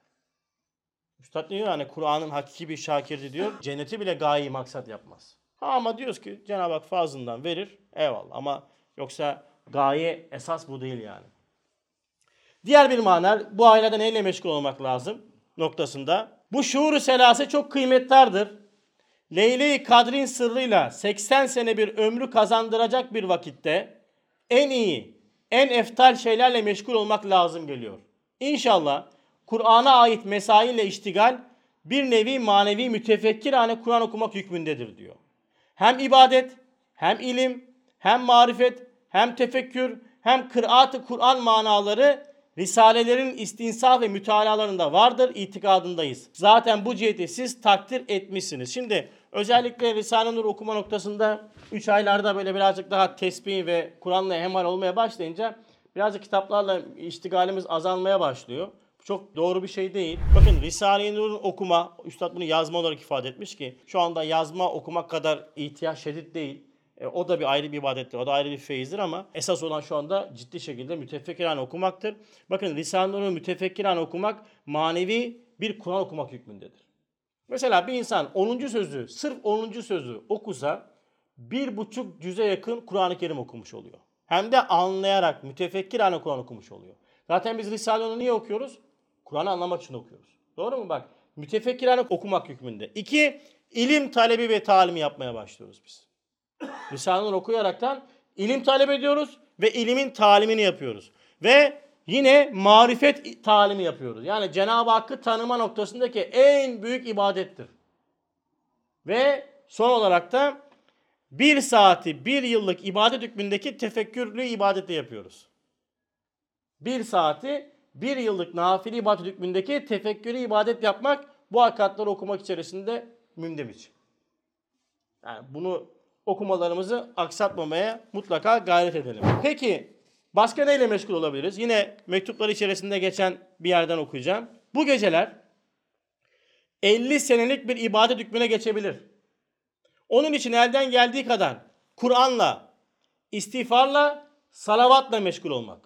A: Üstad diyor yani Kur'an'ın hakiki bir şakirdi diyor. Cenneti bile gaye maksat yapmaz. Ha ama diyoruz ki Cenab-ı Hak fazlından verir. Eyvallah ama yoksa gaye esas bu değil yani. Diğer bir mana bu ailede neyle meşgul olmak lazım noktasında. Bu şuur-u selase çok kıymetlidir. Leyle-i Kadr'in sırrıyla seksen sene bir ömrü kazandıracak bir vakitte en iyi, en eftal şeylerle meşgul olmak lazım geliyor. İnşallah Kur'an'a ait mesaille iştigal bir nevi manevi mütefekkirane Kur'an okumak hükmündedir diyor. Hem ibadet, hem ilim, hem marifet, hem tefekkür, hem kıraat-ı Kur'an manaları Risalelerin istinsaf ve mütalalarında vardır, itikadındayız. Zaten bu ciheti siz takdir etmişsiniz. Şimdi özellikle Risale-i Nur okuma noktasında üç aylarda böyle birazcık daha tesbih ve Kur'an'la hemhal olmaya başlayınca birazcık kitaplarla iştigalimiz azalmaya başlıyor. Çok doğru bir şey değil. Bakın Risale-i Nur'un okuma, Üstad bunu yazma olarak ifade etmiş ki şu anda yazma okumak kadar ihtiyaç şiddet değil. E, o da bir ayrı bir ibadettir, o da ayrı bir feyizdir ama esas olan şu anda ciddi şekilde mütefekkirane okumaktır. Bakın Risale-i Nur'u mütefekkirane okumak manevi bir Kur'an okumak hükmündedir. Mesela bir insan onuncu sözü, sırf onuncu sözü okusa bir buçuk cüze yakın Kur'an-ı Kerim okumuş oluyor. Hem de anlayarak mütefekkirane Kur'an okumuş oluyor. Zaten biz Risale-i Nur'u niye okuyoruz? Kur'an'ı anlamak için okuyoruz. Doğru mu? Bak, mütefekkirane okumak hükmünde. İki, ilim talebi ve talimi yapmaya başlıyoruz biz. Risale-i Nur okuyaraktan ilim talep ediyoruz ve ilimin talimini yapıyoruz. Ve yine marifet talimi yapıyoruz. Yani Cenab-ı Hakk'ı tanıma noktasındaki en büyük ibadettir. Ve son olarak da bir saati bir yıllık ibadet hükmündeki tefekkürlü ibadeti yapıyoruz. Bir saati bir yıllık nafile ibadet hükmündeki tefekkürlü ibadet yapmak bu hakikatleri okumak içerisinde mündemiş. Yani bunu okumalarımızı aksatmamaya mutlaka gayret edelim. Peki başka neyle meşgul olabiliriz? Yine mektuplar içerisinde geçen bir yerden okuyacağım. Bu geceler elli senelik bir ibadet hükmüne geçebilir. Onun için elden geldiği kadar Kur'an'la, istiğfarla, salavatla meşgul olmak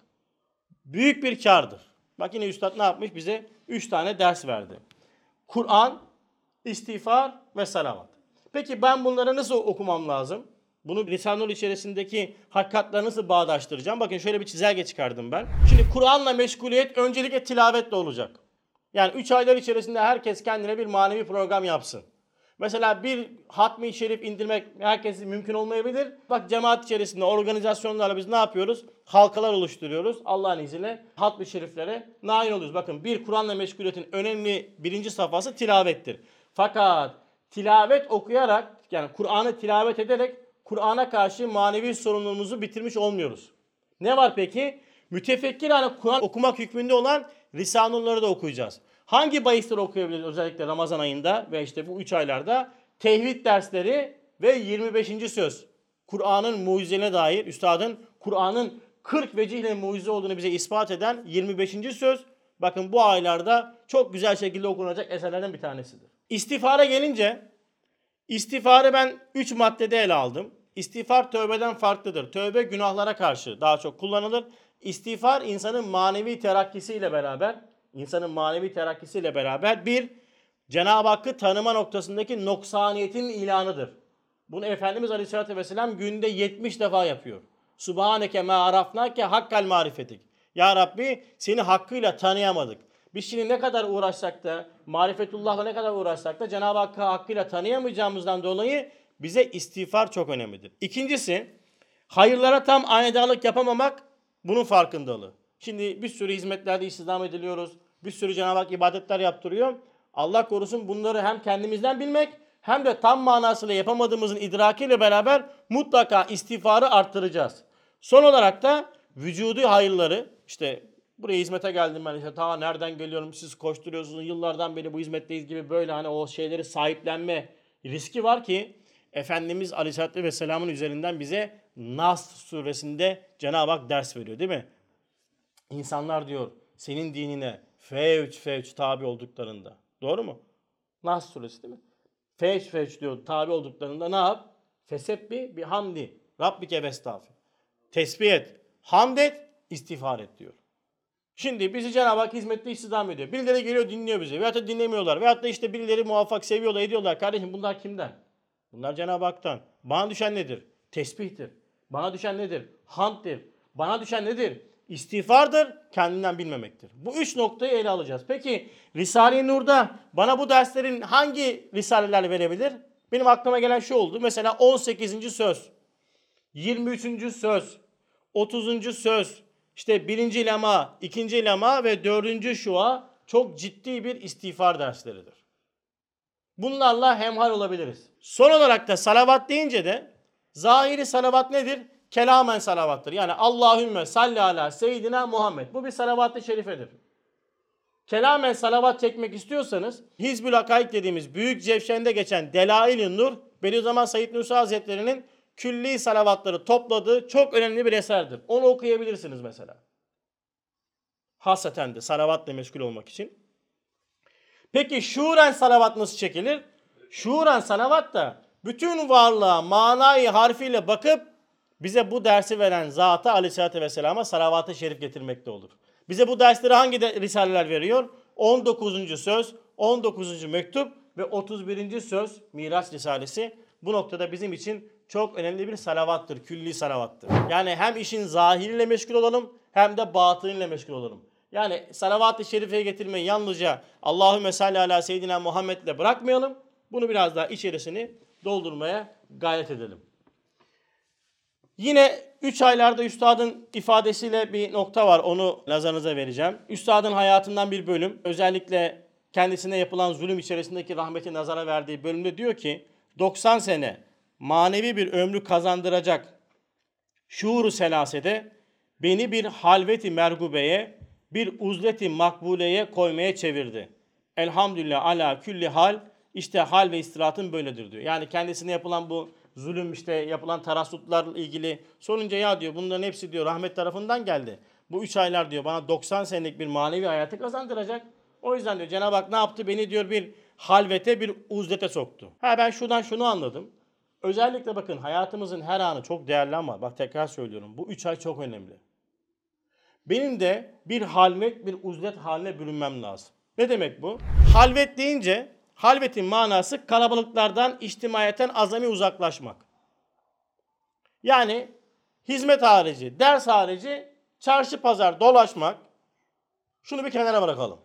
A: büyük bir kârdır. Bak yine Üstad ne yapmış? Bize üç tane ders verdi. Kur'an, istiğfar ve salavat. Peki ben bunları nasıl okumam lazım? Bunu Risale-i Nur içerisindeki hakikatleri nasıl bağdaştıracağım? Bakın şöyle bir çizelge çıkardım ben. Şimdi Kur'an'la meşguliyet öncelikle tilavetle olacak. Yani üç aylar içerisinde herkes kendine bir manevi program yapsın. Mesela bir hatmi şerif indirmek herkesin mümkün olmayabilir. Bak cemaat içerisinde organizasyonlarla biz ne yapıyoruz? Halkalar oluşturuyoruz. Allah'ın izniyle hatmi şeriflere nail oluyoruz. Bakın bir Kur'an'la meşguliyetin önemli birinci safhası tilavettir. Fakat tilavet okuyarak yani Kur'an'ı tilavet ederek Kur'an'a karşı manevi sorumluluğumuzu bitirmiş olmuyoruz. Ne var peki? Mütefekkirane Kur'an okumak hükmünde olan Risale-i Nur'ları da okuyacağız. Hangi bahisleri okuyabiliriz özellikle Ramazan ayında ve işte bu üç aylarda? Tevhid dersleri ve yirmi beşinci söz. Kur'an'ın mucizelerine dair üstadın Kur'an'ın kırk vecihle mucize olduğunu bize ispat eden yirmi beşinci söz. Bakın bu aylarda çok güzel şekilde okunacak eserlerden bir tanesidir. İstiğfara gelince istiğfarı ben üç maddede ele aldım. İstiğfar tövbeden farklıdır. Tövbe günahlara karşı daha çok kullanılır. İstiğfar insanın manevi terakkisiyle beraber insanın manevi terakkisiyle beraber bir Cenab-ı Hakk'ı tanıma noktasındaki noksaniyetin ilanıdır. Bunu Efendimiz Aleyhisselatü Vesselam günde yetmiş defa yapıyor. Subhaneke ma arafnake hakkal marifetik. Ya Rabbi seni hakkıyla tanıyamadık. Biz şimdi ne kadar uğraşsak da marifetullah'la ne kadar uğraşsak da Cenab-ı Hakk'ı hakkıyla tanıyamayacağımızdan dolayı bize istiğfar çok önemlidir. İkincisi hayırlara tam aynedarlık yapamamak bunun farkındalığı. Şimdi bir sürü hizmetlerde istihdam ediliyoruz. Bir sürü Cenab-ı Hak ibadetler yaptırıyor. Allah korusun bunları hem kendimizden bilmek hem de tam manasıyla yapamadığımızın idrakiyle beraber mutlaka istiğfarı arttıracağız. Son olarak da vücudu hayırları işte buraya hizmete geldim ben işte ta nereden geliyorum siz koşturuyorsunuz yıllardan beri bu hizmetteyiz gibi böyle hani o şeyleri sahiplenme riski var ki Efendimiz Aleyhisselatü Vesselam'ın üzerinden bize Nas suresinde Cenab-ı Hak ders veriyor değil mi? İnsanlar diyor senin dinine fevç fevç tabi olduklarında. Doğru mu? Nas suresi değil mi? Fevç fevç diyor tabi olduklarında ne yap? Fesebbi bi hamdi. Rabbike vestafi. Tesbih et. Hamd et. İstiğfar et diyor. Şimdi bizi Cenab-ı Hak hizmette istihdam ediyor. Birileri geliyor dinliyor bizi. Veyahut da dinlemiyorlar. Veyahut da işte birileri muvaffak seviyorlar ediyorlar. Kardeşim bunlar kimden? Bunlar Cenab-ı Hak'tan. Bana düşen nedir? Tesbihtir. Bana düşen nedir? Hamddir. Bana düşen nedir? İstiğfardır, kendinden bilmemektir. Bu üç noktayı ele alacağız. Peki Risale-i Nur'da bana bu derslerin hangi risaleler verebilir? Benim aklıma gelen şu oldu. Mesela on sekizinci söz, yirmi üçüncü söz, otuzuncu söz, işte birinci lema, ikinci lema ve dördüncü şua çok ciddi bir istiğfar dersleridir. Bunlarla hemhal olabiliriz. Son olarak da salavat deyince de zahiri salavat nedir? kelamen salavattır. Yani Allahümme salli ala seyyidina Muhammed. Bu bir salavat-ı şerifedir. Kelamen salavat çekmek istiyorsanız Hizbül Hakaik dediğimiz Büyük Cevşen'de geçen Delail-i Nur, Bediüzzaman Said Nursi Hazretleri'nin külli salavatları topladığı çok önemli bir eserdir. Onu okuyabilirsiniz mesela. Hasaten de salavatla meşgul olmak için. Peki şuuren salavat nasıl çekilir? Şuuren salavat da bütün varlığa manayı harfiyle bakıp bize bu dersi veren Zat-ı Aleyhisselatü Vesselam'a salavat-ı şerif getirmekte olur. Bize bu dersleri hangi de risaleler veriyor? on dokuzuncu söz, on dokuzuncu mektup ve otuz birinci söz Miraç Risalesi. Bu noktada bizim için çok önemli bir salavattır, külli salavattır. Yani hem işin zahiriyle meşgul olalım hem de batınıyla meşgul olalım. Yani salavat-ı şerifeye getirmeyi yalnızca Allahümme salli ala seyyidina Muhammed'le bırakmayalım. Bunu biraz daha içerisini doldurmaya gayret edelim. Yine üç aylarda üstadın ifadesiyle bir nokta var. Onu nazarınıza vereceğim. Üstadın hayatından bir bölüm. Özellikle kendisine yapılan zulüm içerisindeki rahmeti nazara verdiği bölümde diyor ki doksan sene manevi bir ömrü kazandıracak şuuru selasede beni bir halveti mergubeye, bir uzleti makbuleye koymaya çevirdi. Elhamdülillah ala külli hal, işte hal ve istirahatın böyledir diyor. Yani kendisine yapılan bu zulüm, işte yapılan tarassutlarla ilgili sorunca ya diyor bunların hepsi diyor rahmet tarafından geldi. Bu üç aylar diyor bana doksan senelik bir manevi hayatı kazandıracak. O yüzden diyor Cenab-ı Hak ne yaptı? Beni diyor bir halvete, bir uzlete soktu. Ha ben şuradan şunu anladım. Özellikle bakın hayatımızın her anı çok değerli ama bak tekrar söylüyorum. Bu üç ay çok önemli. Benim de bir halvet, bir uzlet haline bürünmem lazım. Ne demek bu? Halvet deyince halvetin manası kalabalıklardan, içtimaiyeten azami uzaklaşmak. Yani hizmet harici, ders harici, çarşı pazar dolaşmak. Şunu bir kenara bırakalım.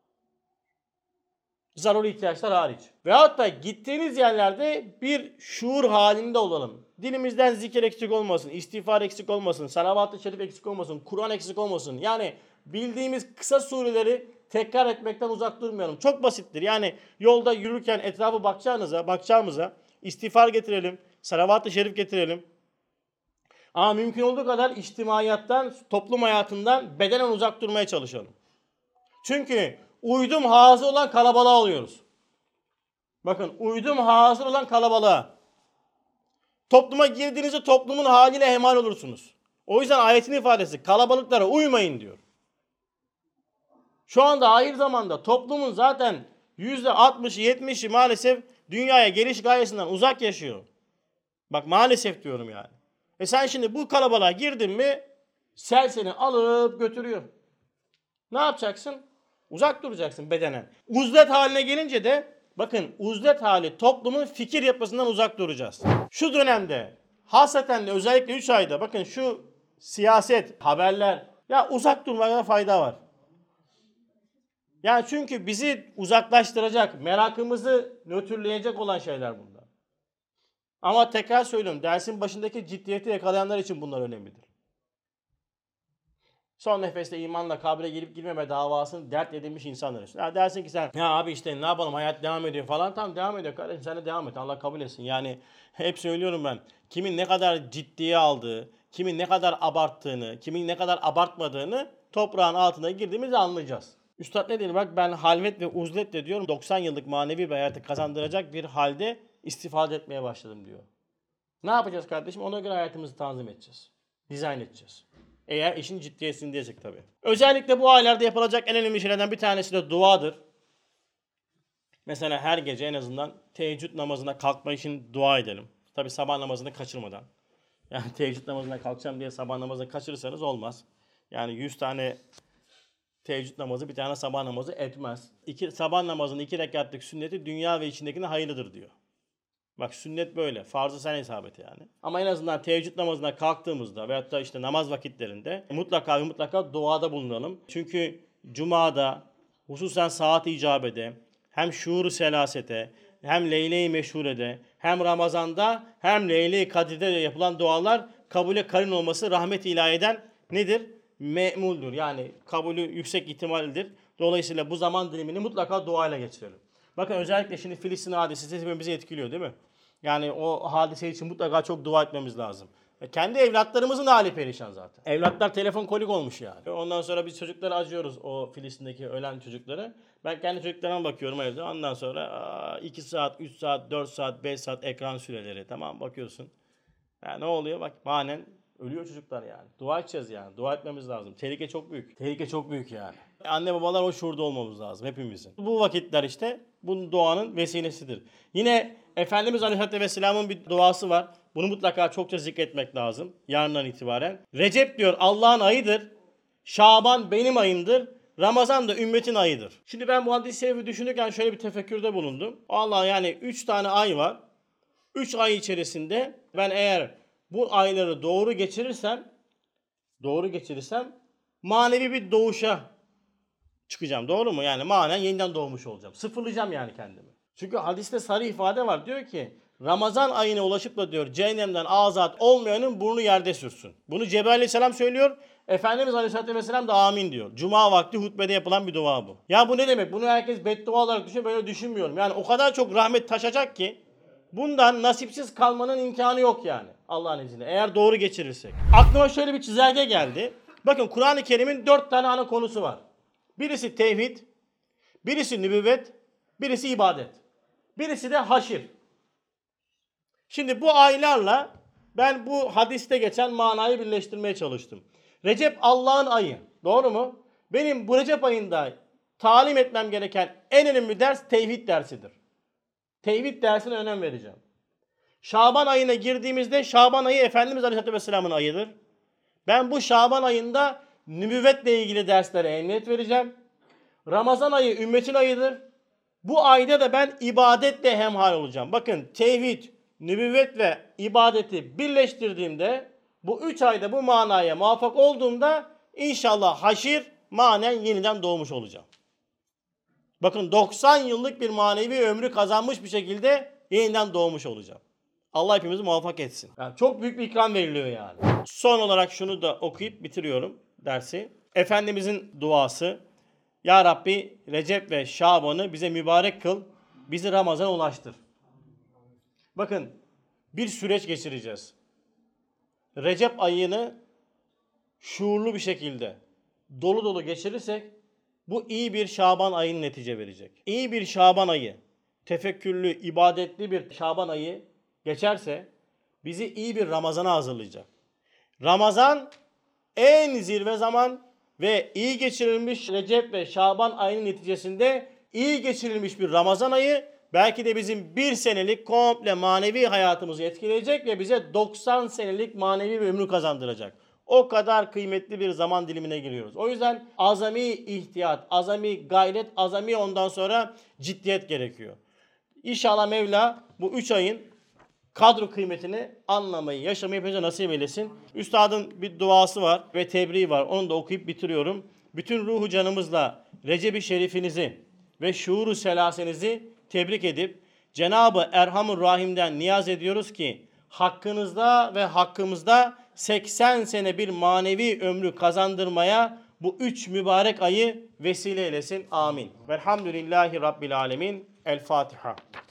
A: Zaruri ihtiyaçlar hariç. Veyahut da gittiğiniz yerlerde bir şuur halinde olalım. Dilimizden zikir eksik olmasın, istiğfar eksik olmasın, salavat-ı şerif eksik olmasın, Kur'an eksik olmasın. Yani bildiğimiz kısa sureleri tekrar etmekten uzak durmayalım. Çok basittir. Yani yolda yürürken etrafı bakacağınıza, bakacağımıza istiğfar getirelim, salavat-ı şerif getirelim. Ama mümkün olduğu kadar içtimaiyattan, toplum hayatından bedenen uzak durmaya çalışalım. Çünkü uydum hazır olan kalabalığa oluyoruz. Bakın uydum hazır olan kalabalığa. Topluma girdiğinizde toplumun haliyle hemhal olursunuz. O yüzden ayetin ifadesi kalabalıklara uymayın diyor. Şu anda ahir zamanda toplumun zaten yüzde altmışı yetmişi maalesef dünyaya geliş gayesinden uzak yaşıyor. Bak maalesef diyorum yani. E sen şimdi bu kalabalığa girdin mi sel seni alıp götürüyor. Ne yapacaksın? Uzak duracaksın bedenen. Uzlet haline gelince de bakın uzlet hali toplumun fikir yapısından uzak duracağız. Şu dönemde hasaten de özellikle üç ayda bakın şu siyaset, haberler ya uzak durmakta fayda var. Yani çünkü bizi uzaklaştıracak, merakımızı nötrleyecek olan şeyler bunlar. Ama tekrar söylüyorum dersin başındaki ciddiyeti yakalayanlar için bunlar önemlidir. Son nefeste imanla kabre gelip girmeme davasını dert edinmiş insanlar için. Ya dersin ki sen ya abi işte ne yapalım hayat devam ediyor falan. Tamam devam ediyor kardeşim sen de devam et Allah kabul etsin. Yani hep söylüyorum ben kimin ne kadar ciddiye aldığı, kimin ne kadar abarttığını, kimin ne kadar abartmadığını toprağın altına girdiğimizde anlayacağız. Üstad ne dedi bak ben halvet ve uzlet de diyorum doksan yıllık manevi bir hayatı kazandıracak bir halde istifade etmeye başladım diyor. Ne yapacağız kardeşim? Ona göre hayatımızı tanzim edeceğiz. Dizayn edeceğiz. Eğer işin ciddiyetindeysek tabii. Özellikle bu aylarda yapılacak en önemli şeylerden bir tanesi de duadır. Mesela her gece en azından teheccüd namazına kalkma için dua edelim. Tabii sabah namazını kaçırmadan. Yani teheccüd namazına kalkacağım diye sabah namazını kaçırırsanız olmaz. Yani yüz tane teheccüd namazı bir tane sabah namazı etmez. İki, sabah namazının iki rekatlık sünneti dünya ve içindekine hayırlıdır diyor. Bak sünnet böyle. Farz-ı sen isabeti yani. Ama en azından teheccüd namazına kalktığımızda veyahut da işte namaz vakitlerinde mutlaka ve mutlaka duada bulunalım. Çünkü cumada hususen saat-i icabede hem şuur-u selasete hem leyle-i meşhurede hem Ramazan'da hem leyle-i kadirde yapılan dualar kabule karin olması rahmet-i ilahiden nedir? Me'muldur. Yani kabulü yüksek ihtimaldir. Dolayısıyla bu zaman dilimini mutlaka duayla geçirelim. Bakın özellikle şimdi Filistin hadisesi hepimizi etkiliyor değil mi? Yani o hadise için mutlaka çok dua etmemiz lazım. E kendi evlatlarımızın hali perişan zaten. Evlatlar telefon kolik olmuş yani. Ondan sonra biz çocuklara acıyoruz, o Filistin'deki ölen çocuklara. Ben kendi çocuklarıma bakıyorum evde. Ondan sonra iki saat, üç saat, dört saat, beş saat ekran süreleri. Tamam, bakıyorsun. Ya ne oluyor? Bak manen ölüyor çocuklar yani. Dua edeceğiz yani. Dua etmemiz lazım. Tehlike çok büyük. Tehlike çok büyük yani. Anne babalar o şuurda olmamız lazım hepimizin. Bu vakitler işte bunun duanın vesilesidir. Yine Efendimiz Aleyhisselatü Vesselam'ın bir duası var. Bunu mutlaka çokça zikretmek lazım yarından itibaren. Recep diyor Allah'ın ayıdır. Şaban benim ayımdır. Ramazan da ümmetin ayıdır. Şimdi ben bu hadis-i şerifi düşünürken şöyle bir tefekkürde bulundum. Allah, yani üç tane ay var. üç ay içerisinde ben eğer bu ayları doğru geçirirsem, doğru geçirirsem manevi bir doğuşa çıkacağım. Doğru mu? Yani manen yeniden doğmuş olacağım. Sıfırlayacağım yani kendimi. Çünkü hadiste sarı ifade var. Diyor ki Ramazan ayına ulaşıp da diyor cehennemden azat olmayanın burnu yerde sürsün. Bunu Cebrail Aleyhisselam söylüyor. Efendimiz Aleyhisselatü Vesselam da amin diyor. Cuma vakti hutbede yapılan bir dua bu. Ya bu ne demek? Bunu herkes beddua olarak düşünüyor. Böyle düşünmüyorum. Yani o kadar çok rahmet taşacak ki bundan nasipsiz kalmanın imkanı yok yani Allah'ın izniyle. Eğer doğru geçirirsek. Aklıma şöyle bir çizelge geldi. Bakın Kur'an-ı Kerim'in dört tane ana konusu var. Birisi tevhid, birisi nübüvvet, birisi ibadet. Birisi de haşir. Şimdi bu aylarla ben bu hadiste geçen manayı birleştirmeye çalıştım. Recep Allah'ın ayı. Doğru mu? Benim bu Recep ayında talim etmem gereken en önemli ders tevhid dersidir. Tevhid dersine önem vereceğim. Şaban ayına girdiğimizde Şaban ayı Efendimiz Aleyhisselatü Vesselam'ın ayıdır. Ben bu Şaban ayında nübüvvetle ilgili derslere emniyet vereceğim. Ramazan ayı ümmetin ayıdır. Bu ayda da ben ibadetle hemhal olacağım. Bakın tevhid, nübüvvet ve ibadeti birleştirdiğimde bu üç ayda bu manaya muvaffak olduğumda inşallah haşir manen yeniden doğmuş olacağım. Bakın doksan yıllık bir manevi ömrü kazanmış bir şekilde yeniden doğmuş olacağım. Allah hepimizi muvaffak etsin. Yani çok büyük bir ikram veriliyor yani. Son olarak şunu da okuyup bitiriyorum dersi. Efendimizin duası. Ya Rabbi Recep ve Şaban'ı bize mübarek kıl. Bizi Ramazan'a ulaştır. Bakın bir süreç geçireceğiz. Recep ayını şuurlu bir şekilde dolu dolu geçirirsek bu iyi bir Şaban ayının netice verecek. İyi bir Şaban ayı, tefekkürlü, ibadetli bir Şaban ayı geçerse bizi iyi bir Ramazan'a hazırlayacak. Ramazan en zirve zaman ve iyi geçirilmiş Recep ve Şaban ayının neticesinde iyi geçirilmiş bir Ramazan ayı belki de bizim bir senelik komple manevi hayatımızı etkileyecek ve bize doksan senelik manevi bir ömrü kazandıracak. O kadar kıymetli bir zaman dilimine giriyoruz. O yüzden azami ihtiyat, azami gayret, azami ondan sonra ciddiyet gerekiyor. İnşallah Mevla bu üç ayın kadro kıymetini anlamayı, yaşamayı hepimize nasip eylesin. Üstadın bir duası var ve tebriği var. Onu da okuyup bitiriyorum. Bütün ruhu canımızla Recep-i Şerifinizi ve şuuru selasenizi tebrik edip Cenab-ı Erhamur Rahim'den niyaz ediyoruz ki hakkınızda ve hakkımızda seksen sene bir manevi ömrü kazandırmaya bu üç mübarek ayı vesile eylesin. Amin. Velhamdülillahi Rabbil Alemin. El Fatiha.